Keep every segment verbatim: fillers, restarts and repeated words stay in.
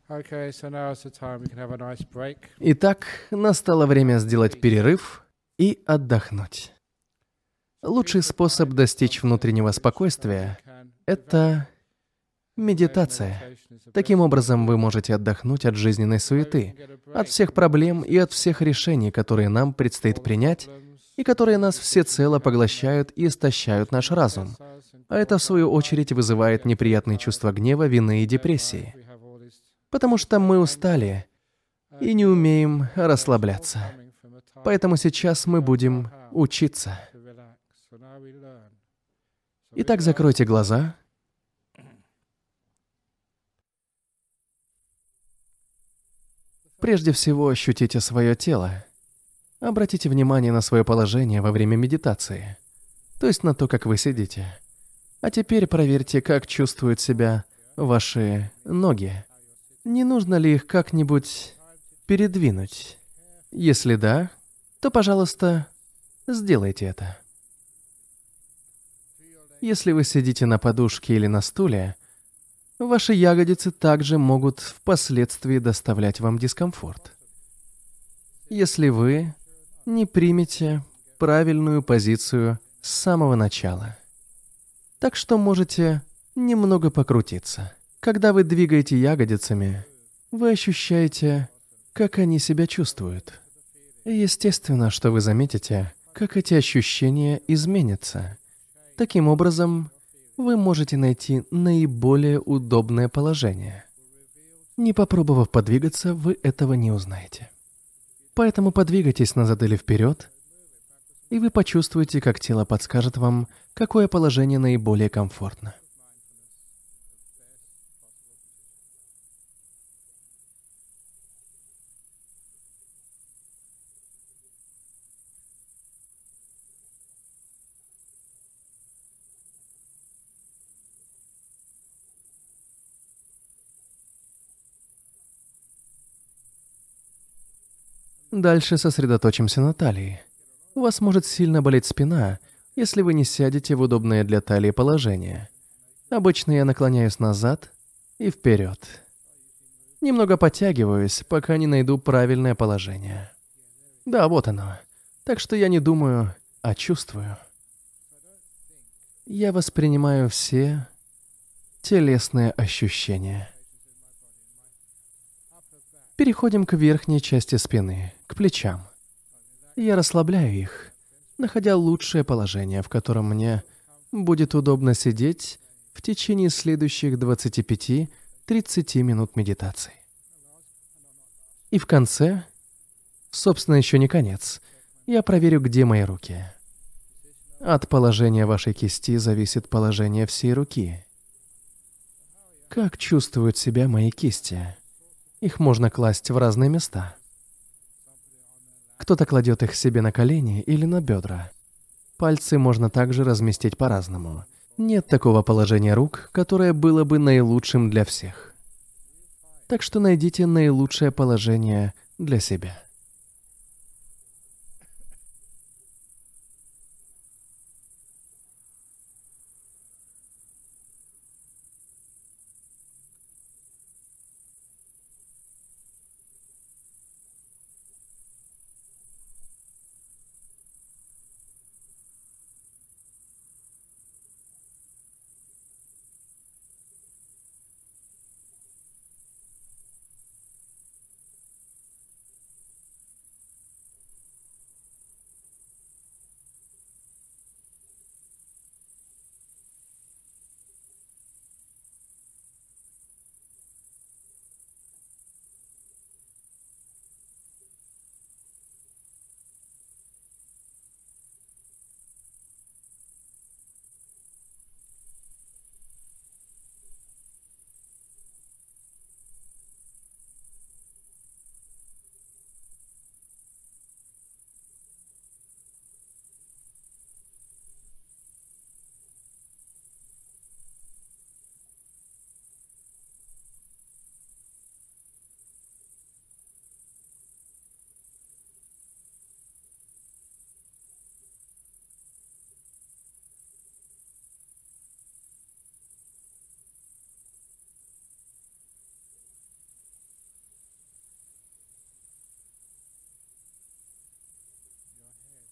Okay, so now is the time we can have a nice break. Итак, настало время сделать перерыв и отдохнуть. Лучший способ достичь внутреннего спокойствия — это медитация. Таким образом, вы можете отдохнуть от жизненной суеты, от всех проблем и от всех решений, которые нам предстоит принять, и которые нас всецело поглощают и истощают наш разум. А это, в свою очередь, вызывает неприятные чувства гнева, вины и депрессии. Потому что мы устали и не умеем расслабляться. Поэтому сейчас мы будем учиться. Итак, закройте глаза. Прежде всего, ощутите свое тело. Обратите внимание на свое положение во время медитации, то есть на то, как вы сидите. А теперь проверьте, как чувствуют себя ваши ноги. Не нужно ли их как-нибудь передвинуть? Если да, то, пожалуйста, сделайте это. Если вы сидите на подушке или на стуле, ваши ягодицы также могут впоследствии доставлять вам дискомфорт. Если вы не примете правильную позицию с самого начала. Так что можете немного покрутиться. Когда вы двигаете ягодицами, вы ощущаете, как они себя чувствуют. И естественно, что вы заметите, как эти ощущения изменятся. Таким образом, вы можете найти наиболее удобное положение. Не попробовав подвигаться, вы этого не узнаете. Поэтому подвигайтесь назад или вперед, и вы почувствуете, как тело подскажет вам, какое положение наиболее комфортно. Дальше сосредоточимся на талии. У вас может сильно болеть спина, если вы не сядете в удобное для талии положение. Обычно я наклоняюсь назад и вперед. Немного подтягиваюсь, пока не найду правильное положение. Да, вот оно. Так что я не думаю, а чувствую. Я воспринимаю все телесные ощущения. Переходим к верхней части спины, к плечам. Я расслабляю их, находя лучшее положение, в котором мне будет удобно сидеть в течение следующих двадцати пяти — тридцати минут медитации. И в конце, собственно, еще не конец, я проверю, где мои руки. От положения вашей кисти зависит положение всей руки. Как чувствуют себя мои кисти? Их можно класть в разные места. Кто-то кладет их себе на колени или на бедра. Пальцы можно также разместить по-разному. Нет такого положения рук, которое было бы наилучшим для всех. Так что найдите наилучшее положение для себя.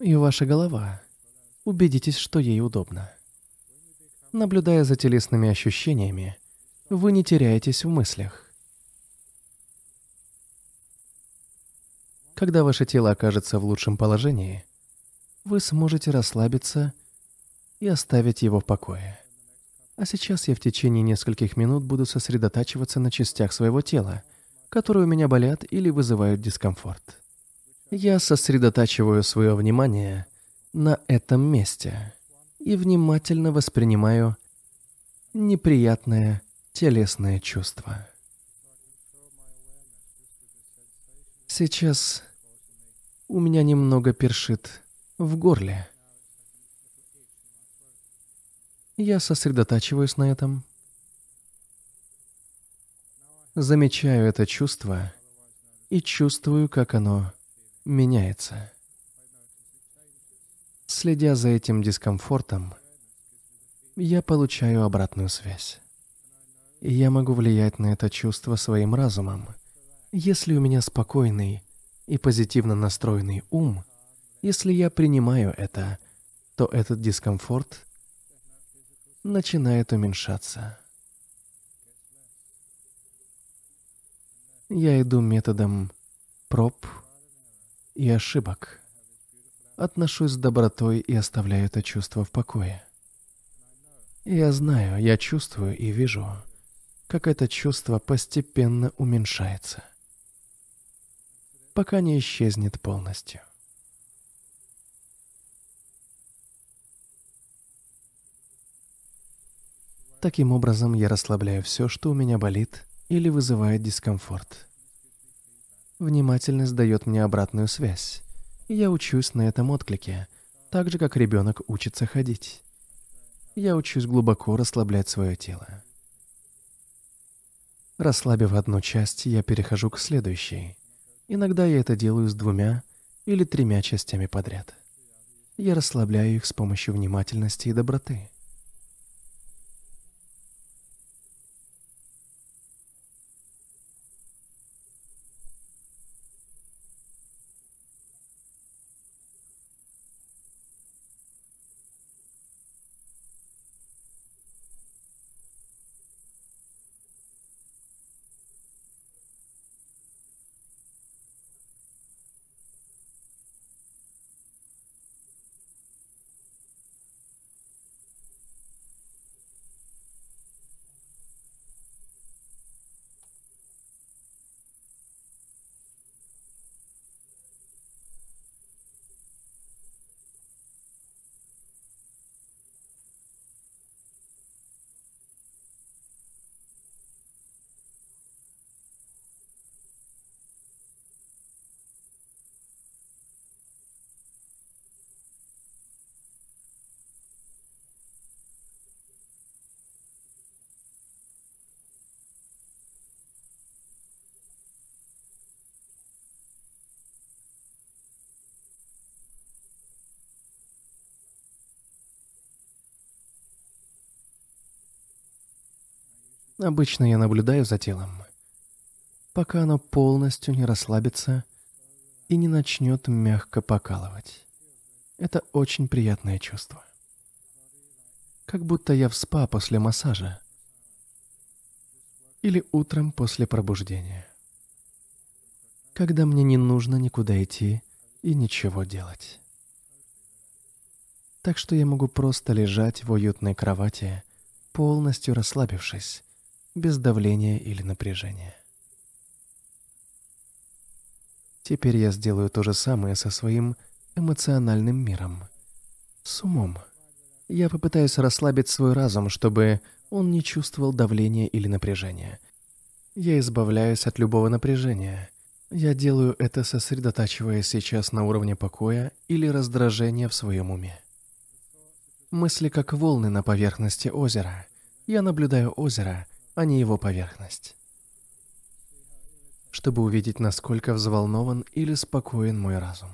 и ваша голова. Убедитесь, что ей удобно. Наблюдая за телесными ощущениями, вы не теряетесь в мыслях. Когда ваше тело окажется в лучшем положении, вы сможете расслабиться и оставить его в покое. А сейчас я в течение нескольких минут буду сосредотачиваться на частях своего тела, которые у меня болят или вызывают дискомфорт. Я сосредотачиваю свое внимание на этом месте и внимательно воспринимаю неприятное телесное чувство. Сейчас у меня немного першит в горле. Я сосредотачиваюсь на этом. Замечаю это чувство и чувствую, как оно меняется. Следя за этим дискомфортом, я получаю обратную связь. И я могу влиять на это чувство своим разумом. Если у меня спокойный и позитивно настроенный ум, если я принимаю это, то этот дискомфорт начинает уменьшаться. Я иду методом проб и ошибок. Отношусь с добротой и оставляю это чувство в покое. Я знаю, я чувствую и вижу, как это чувство постепенно уменьшается, пока не исчезнет полностью. Таким образом, я расслабляю все, что у меня болит или вызывает дискомфорт. Внимательность дает мне обратную связь, и я учусь на этом отклике, так же, как ребенок учится ходить. Я учусь глубоко расслаблять свое тело. Расслабив одну часть, я перехожу к следующей. Иногда я это делаю с двумя или тремя частями подряд. Я расслабляю их с помощью внимательности и доброты. Обычно я наблюдаю за телом, пока оно полностью не расслабится и не начнет мягко покалывать. Это очень приятное чувство. Как будто я в спа после массажа или утром после пробуждения, когда мне не нужно никуда идти и ничего делать. Так что я могу просто лежать в уютной кровати, полностью расслабившись, без давления или напряжения. Теперь я сделаю то же самое со своим эмоциональным миром, с умом. Я попытаюсь расслабить свой разум, чтобы он не чувствовал давления или напряжения. Я избавляюсь от любого напряжения. Я делаю это, сосредотачиваясь сейчас на уровне покоя или раздражения в своем уме. Мысли как волны на поверхности озера. Я наблюдаю озеро, а не его поверхность, чтобы увидеть, насколько взволнован или спокоен мой разум.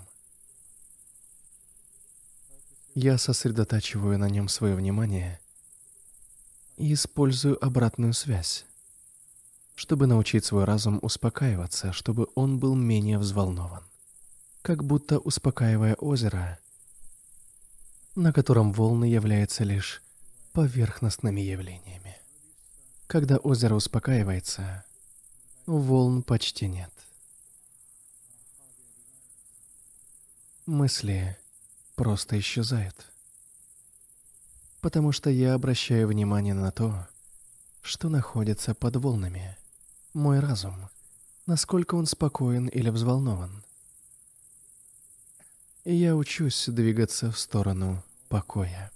Я сосредотачиваю на нем свое внимание и использую обратную связь, чтобы научить свой разум успокаиваться, чтобы он был менее взволнован. Как будто, успокаивая озеро, на котором волны являются лишь поверхностными явлениями. Когда озеро успокаивается, волн почти нет. Мысли просто исчезают. Потому что я обращаю внимание на то, что находится под волнами. Мой разум, насколько он спокоен или взволнован. И я учусь двигаться в сторону покоя.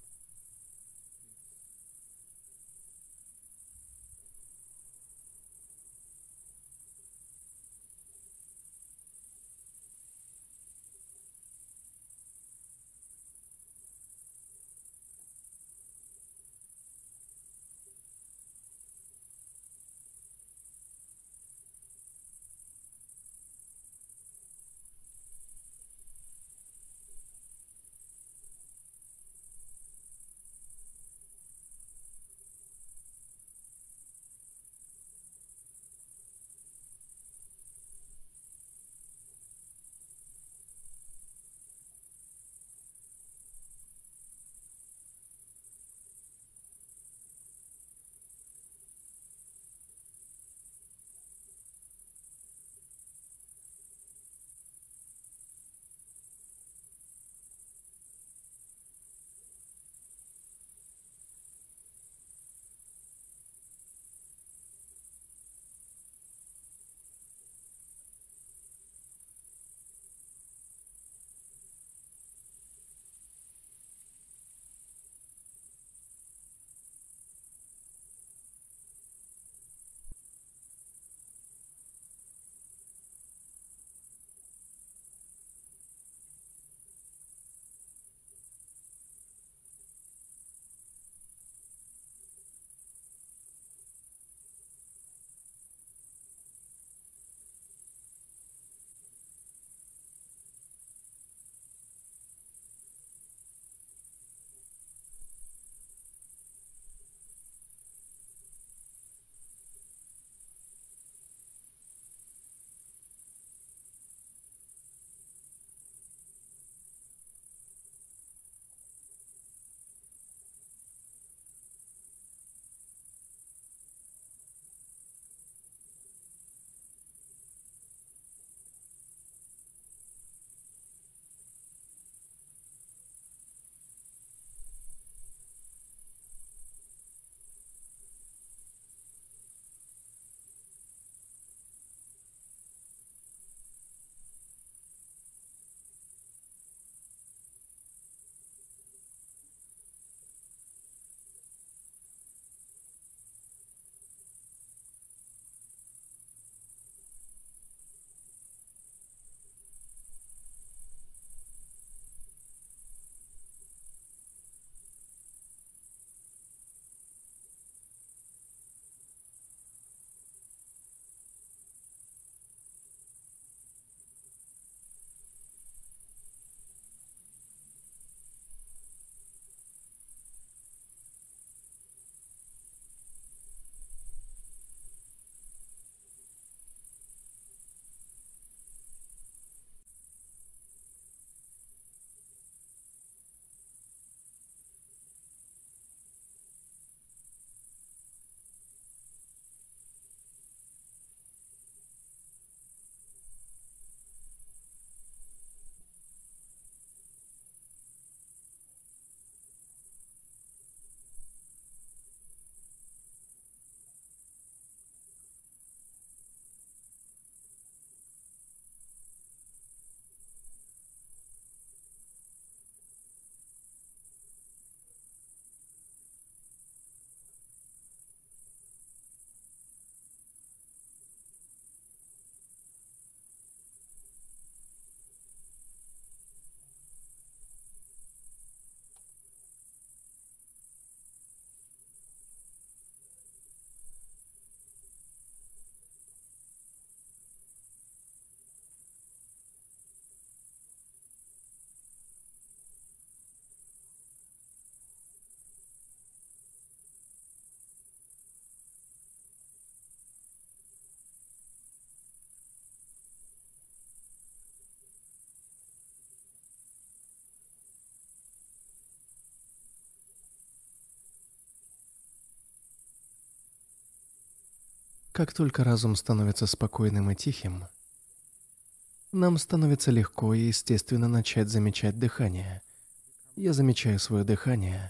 Как только разум становится спокойным и тихим, нам становится легко и естественно начать замечать дыхание. Я замечаю свое дыхание,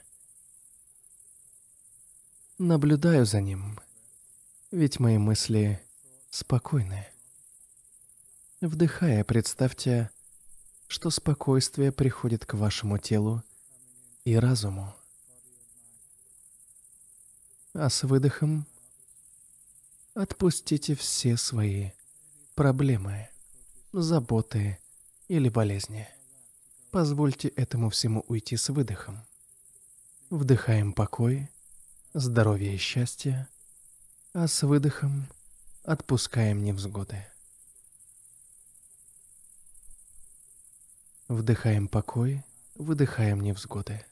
наблюдаю за ним, ведь мои мысли спокойны. Вдыхая, представьте, что спокойствие приходит к вашему телу и разуму. А с выдохом отпустите все свои проблемы, заботы или болезни. Позвольте этому всему уйти с выдохом. Вдыхаем покой, здоровье и счастье, а с выдохом отпускаем невзгоды. Вдыхаем покой, выдыхаем невзгоды.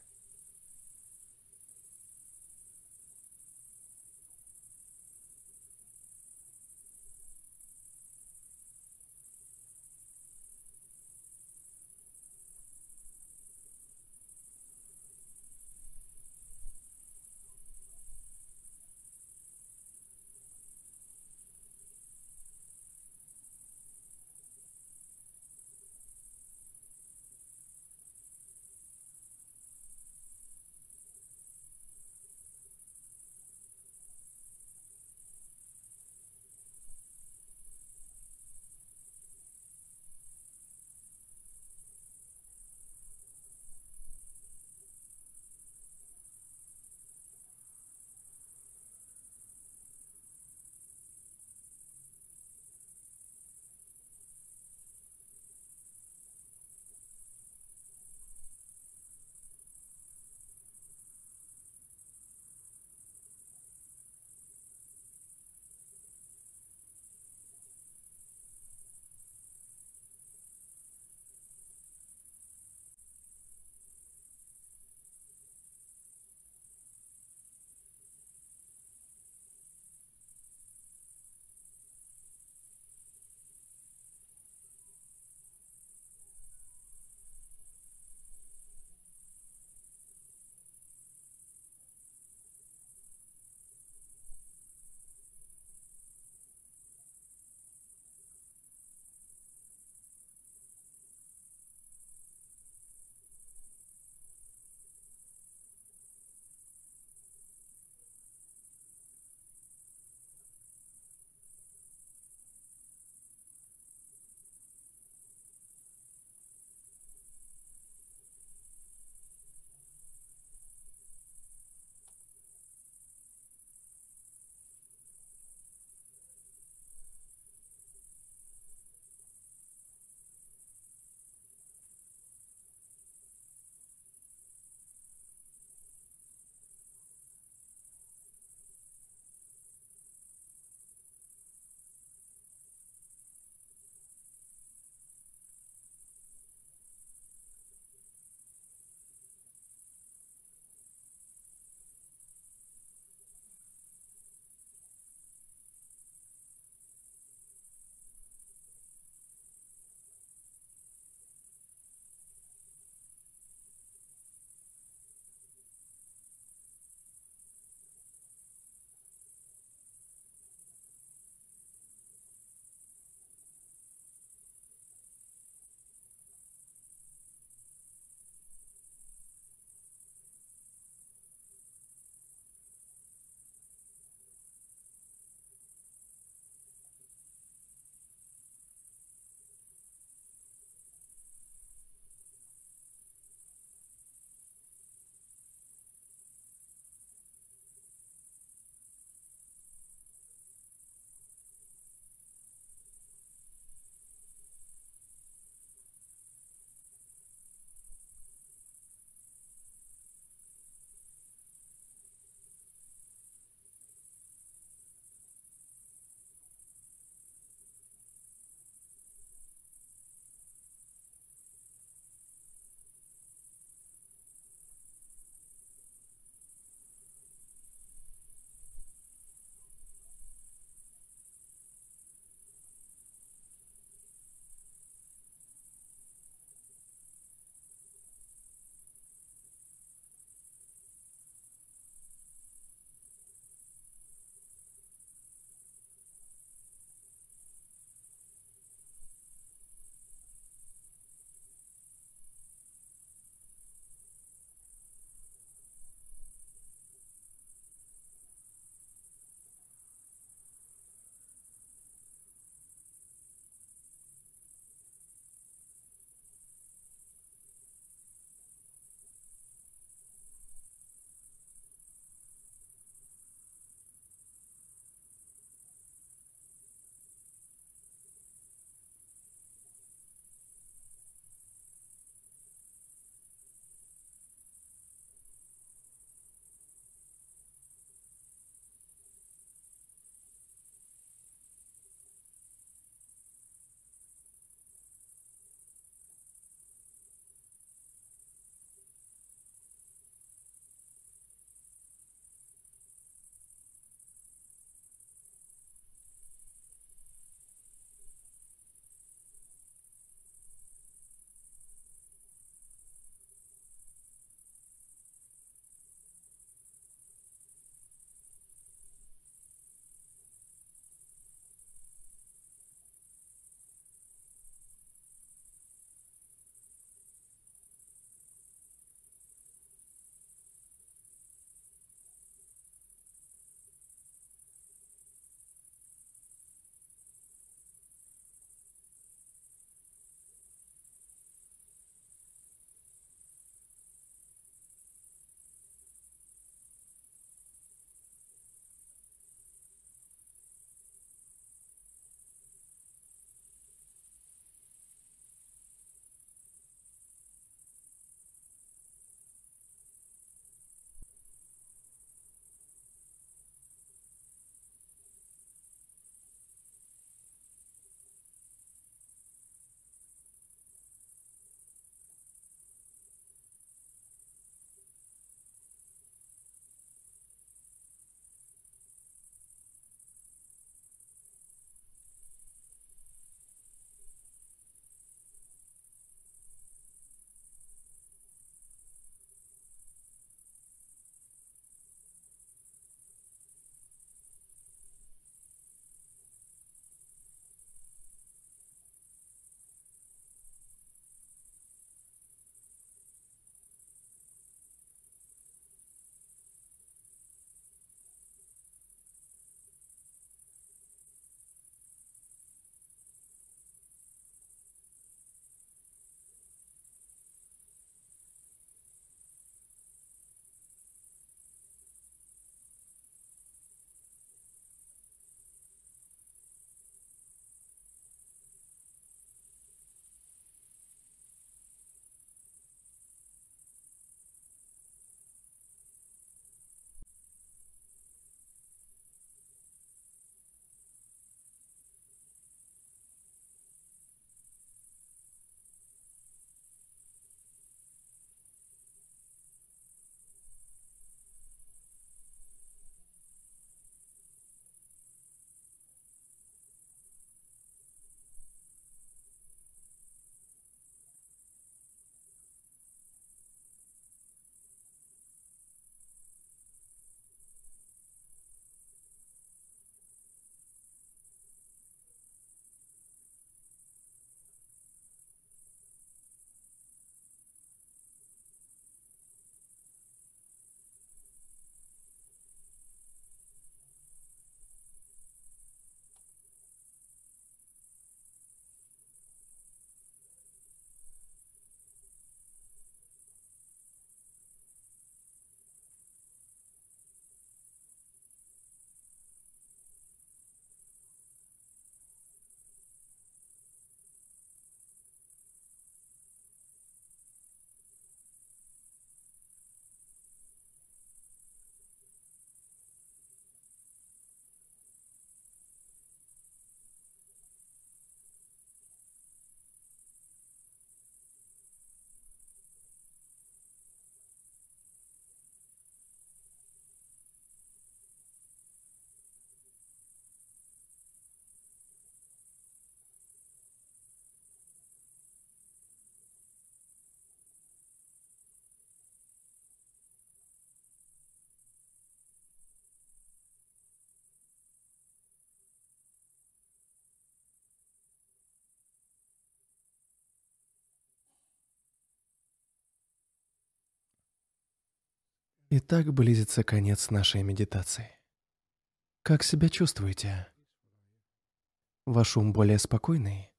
Итак, близится конец нашей медитации. Как себя чувствуете? Ваш ум более спокойный?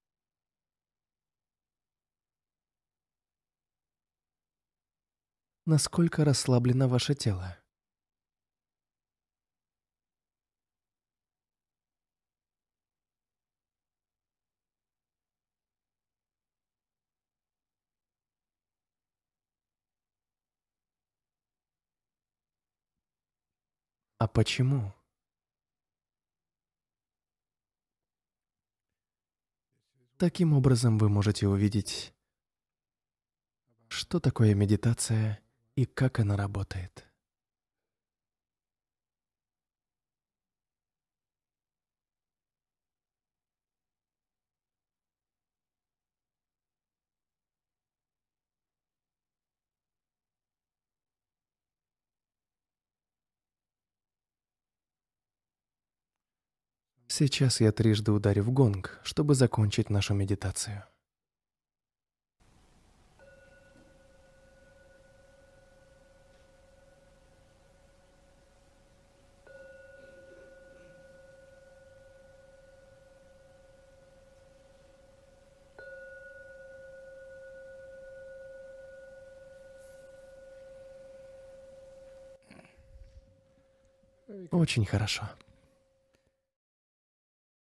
Насколько расслаблено ваше тело? А почему? Таким образом вы можете увидеть, что такое медитация и как она работает. Сейчас я трижды ударю в гонг, чтобы закончить нашу медитацию. Очень хорошо.